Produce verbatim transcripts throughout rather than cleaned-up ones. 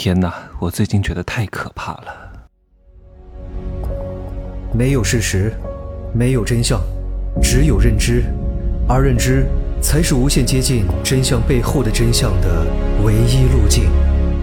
天哪，我最近觉得太可怕了。 没有事实，没有真相，只有认知，而认知才是无限接近真相背后的真相的唯一路径。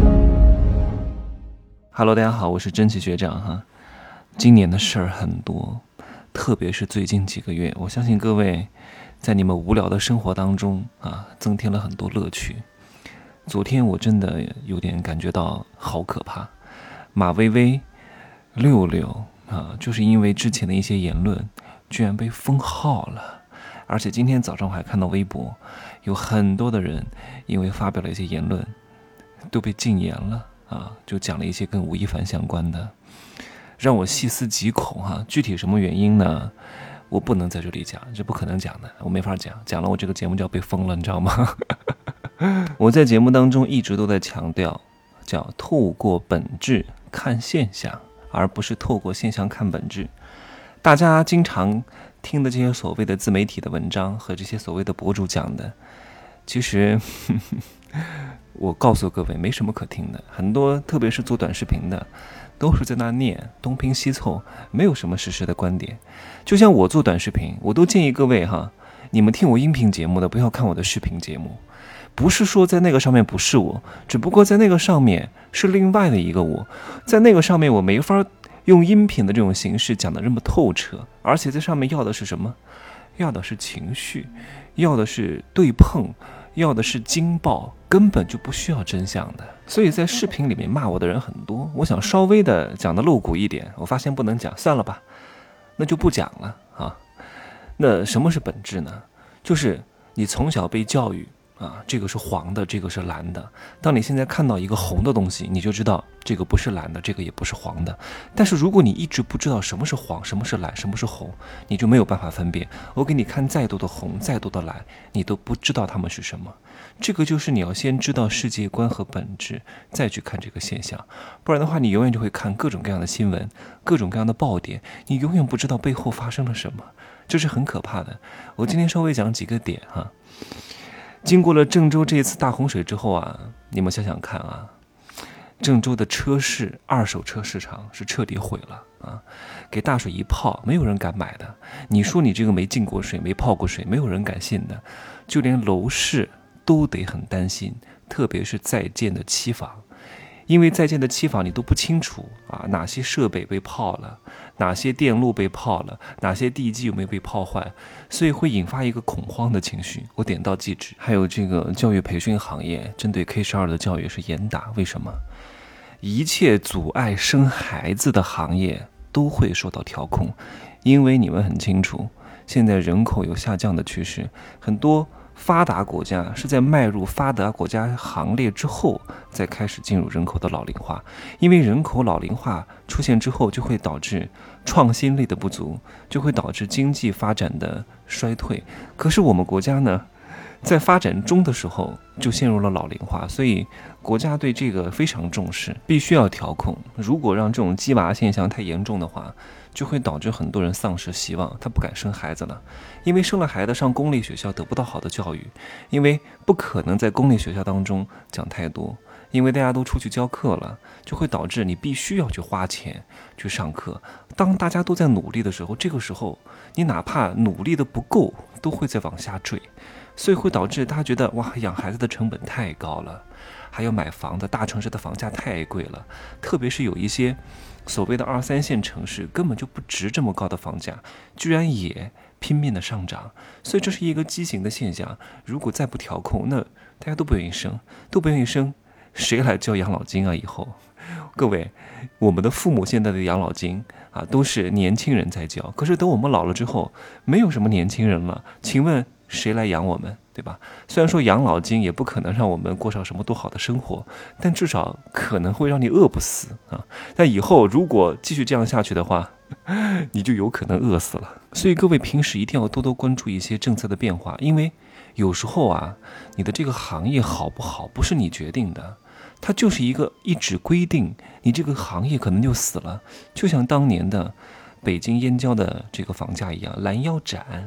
Hello， 大家好，我是真奇学长哈。今年的事儿很多，特别是最近几个月，我相信各位在你们无聊的生活当中啊，增添了很多乐趣。昨天我真的有点感觉到好可怕，马薇薇、六六啊，就是因为之前的一些言论，居然被封号了。而且今天早上我还看到微博，有很多的人因为发表了一些言论，都被禁言了啊，就讲了一些跟吴亦凡相关的，让我细思极恐哈、啊。具体什么原因呢？我不能在这里讲，这不可能讲的，我没法讲，讲了我这个节目就要被封了，你知道吗？我在节目当中一直都在强调，叫透过本质看现象，而不是透过现象看本质。大家经常听的这些所谓的自媒体的文章和这些所谓的博主讲的，其实呵呵我告诉各位没什么可听的，很多特别是做短视频的都是在那念东拼西凑，没有什么实时的观点。就像我做短视频，我都建议各位哈，你们听我音频节目的不要看我的视频节目，不是说在那个上面不是我，只不过在那个上面是另外的一个我，在那个上面我没法用音频的这种形式讲得这么透彻，而且在上面要的是什么？要的是情绪，要的是对碰，要的是惊爆，根本就不需要真相的。所以在视频里面骂我的人很多，我想稍微的讲的露骨一点，我发现不能讲，算了吧，那就不讲了啊。那什么是本质呢？就是你从小被教育啊，这个是黄的，这个是蓝的。当你现在看到一个红的东西，你就知道这个不是蓝的，这个也不是黄的。但是如果你一直不知道什么是黄，什么是蓝，什么是红，你就没有办法分辨。我给你看再多的红，再多的蓝，你都不知道它们是什么。这个就是你要先知道世界观和本质，再去看这个现象。不然的话，你永远就会看各种各样的新闻，各种各样的爆点，你永远不知道背后发生了什么，这是很可怕的。我今天稍微讲几个点哈。经过了郑州这一次大洪水之后啊，你们想想看啊，郑州的车市二手车市场是彻底毁了啊！给大水一泡，没有人敢买的。你说你这个没进过水、没泡过水，没有人敢信的。就连楼市都得很担心，特别是在建的期房，因为在建的期房你都不清楚啊，哪些设备被泡了，哪些电路被泡了，哪些地基有没有被泡坏，所以会引发一个恐慌的情绪。我点到即止。还有这个教育培训行业，针对 K 十二 的教育是严打，为什么？一切阻碍生孩子的行业都会受到调控，因为你们很清楚，现在人口有下降的趋势，很多发达国家是在迈入发达国家行列之后，再开始进入人口的老龄化。因为人口老龄化出现之后，就会导致创新力的不足，就会导致经济发展的衰退。可是我们国家呢，在发展中的时候就陷入了老龄化，所以国家对这个非常重视，必须要调控。如果让这种鸡娃现象太严重的话，就会导致很多人丧失希望，他不敢生孩子了，因为生了孩子上公立学校得不到好的教育，因为不可能在公立学校当中讲太多，因为大家都出去教课了，就会导致你必须要去花钱去上课。当大家都在努力的时候，这个时候你哪怕努力的不够，都会再往下坠，所以会导致大家觉得哇，养孩子的成本太高了，还有买房的大城市的房价太贵了，特别是有一些所谓的二三线城市根本就不值这么高的房价，居然也拼命的上涨，所以这是一个畸形的现象。如果再不调控，那大家都不愿意生，都不愿意生，谁来交养老金啊？以后，各位，我们的父母现在的养老金啊，都是年轻人在交，可是等我们老了之后，没有什么年轻人了，请问谁来养我们？对吧？虽然说养老金也不可能让我们过上什么多好的生活，但至少可能会让你饿不死啊。但以后如果继续这样下去的话，你就有可能饿死了。所以各位平时一定要多多关注一些政策的变化，因为有时候啊，你的这个行业好不好不是你决定的，它就是一个一纸规定，你这个行业可能就死了。就像当年的北京燕郊的这个房价一样，拦腰斩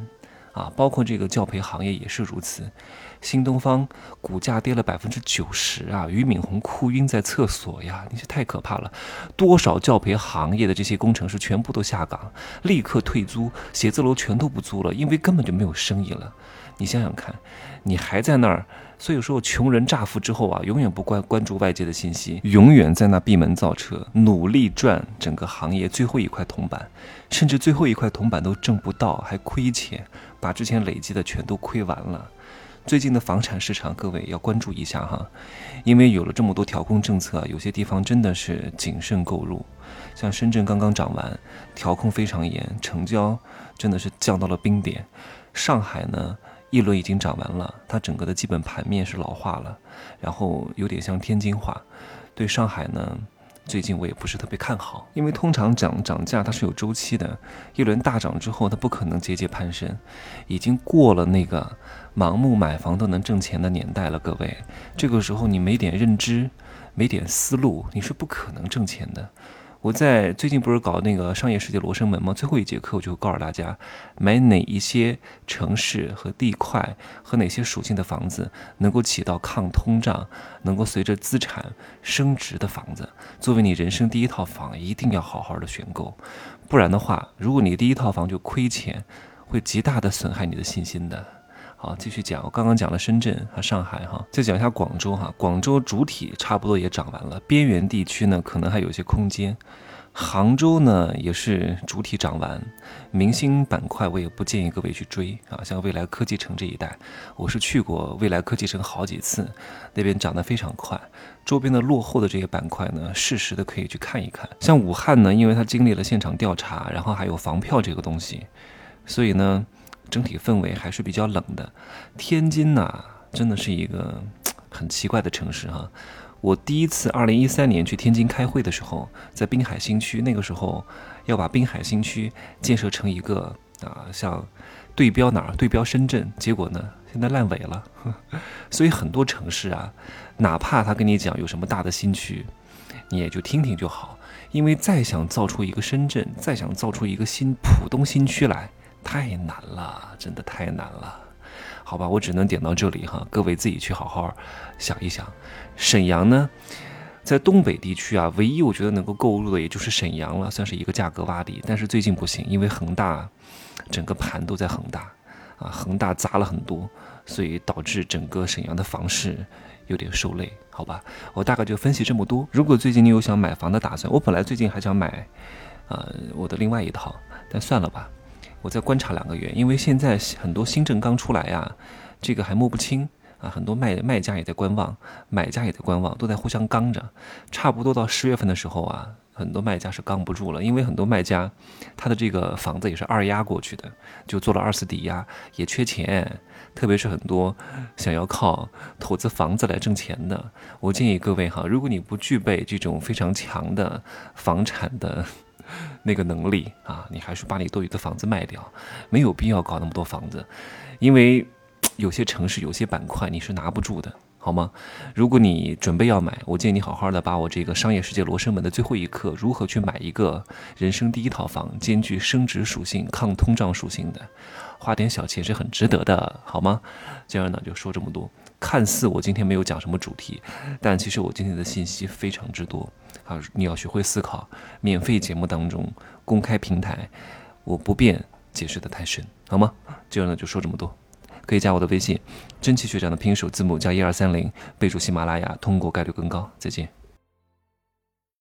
啊，包括这个教培行业也是如此。新东方股价跌了百分之九十啊，俞敏洪哭晕在厕所呀，你这太可怕了！多少教培行业的这些工程师全部都下岗，立刻退租，写字楼全都不租了，因为根本就没有生意了。你想想看，你还在那儿，所以说穷人乍富之后啊，永远不关关注外界的信息，永远在那闭门造车，努力赚整个行业最后一块铜板，甚至最后一块铜板都挣不到，还亏钱，把之前累积的全都亏完了。最近的房产市场，各位要关注一下哈，因为有了这么多调控政策，有些地方真的是谨慎购入。像深圳刚刚涨完，调控非常严，成交真的是降到了冰点。上海呢，一轮已经涨完了，它整个的基本盘面是老化了，然后有点像天津化。对上海呢，最近我也不是特别看好，因为通常涨涨价它是有周期的，一轮大涨之后它不可能节节攀升，已经过了那个盲目买房都能挣钱的年代了。各位，这个时候你没点认知，没点思路，你是不可能挣钱的。我在最近不是搞那个商业世界罗生门吗？最后一节课我就告诉大家，买哪一些城市和地块和哪些属性的房子能够起到抗通胀，能够随着资产升值的房子，作为你人生第一套房，一定要好好的选购。不然的话，如果你第一套房就亏钱，会极大的损害你的信心的。好，继续讲。我刚刚讲了深圳和上海哈，再讲一下广州哈。广州主体差不多也涨完了，边缘地区呢可能还有一些空间。杭州呢也是主体涨完，明星板块我也不建议各位去追啊，像未来科技城这一带，我是去过未来科技城好几次，那边涨得非常快。周边的落后的这些板块呢，适时的可以去看一看。像武汉呢，因为它经历了现场调查，然后还有房票这个东西，所以呢整体氛围还是比较冷的。天津呐、啊，真的是一个很奇怪的城市哈。我第一次二零一三年去天津开会的时候，在滨海新区，那个时候要把滨海新区建设成一个啊，像对标哪儿？对标深圳，结果呢，现在烂尾了。所以很多城市啊，哪怕他跟你讲有什么大的新区，你也就听听就好，因为再想造出一个深圳，再想造出一个新浦东新区来，太难了，真的太难了。好吧，我只能点到这里哈，各位自己去好好想一想。沈阳呢，在东北地区啊，唯一我觉得能够购入的也就是沈阳了，算是一个价格洼地。但是最近不行，因为恒大整个盘都在恒大啊，恒大砸了很多，所以导致整个沈阳的房市有点受累。好吧，我大概就分析这么多。如果最近你有想买房的打算，我本来最近还想买呃我的另外一套，但算了吧，我再观察两个月，因为现在很多新政刚出来呀，这个还摸不清啊，很多卖卖家也在观望，买家也在观望，都在互相刚着。差不多到十月份的时候啊，很多卖家是刚不住了，因为很多卖家他的这个房子也是二押过去的，就做了二次抵押，也缺钱，特别是很多想要靠投资房子来挣钱的。我建议各位哈，如果你不具备这种非常强的房产的那个能力啊，你还是把你多余的房子卖掉，没有必要搞那么多房子，因为有些城市有些板块你是拿不住的，好吗？如果你准备要买，我建议你好好的把我这个商业世界罗生门的最后一课，如何去买一个人生第一套房，兼具升值属性、抗通胀属性的，花点小钱是很值得的，好吗？这样呢就说这么多。看似我今天没有讲什么主题，但其实我今天的信息非常之多啊！你要学会思考。免费节目当中，公开平台，我不便解释的太深，好吗？这样呢就说这么多。可以加我的微信，真奇学长的拼音首字母加一二三零，备注喜马拉雅，通过概率更高。再见。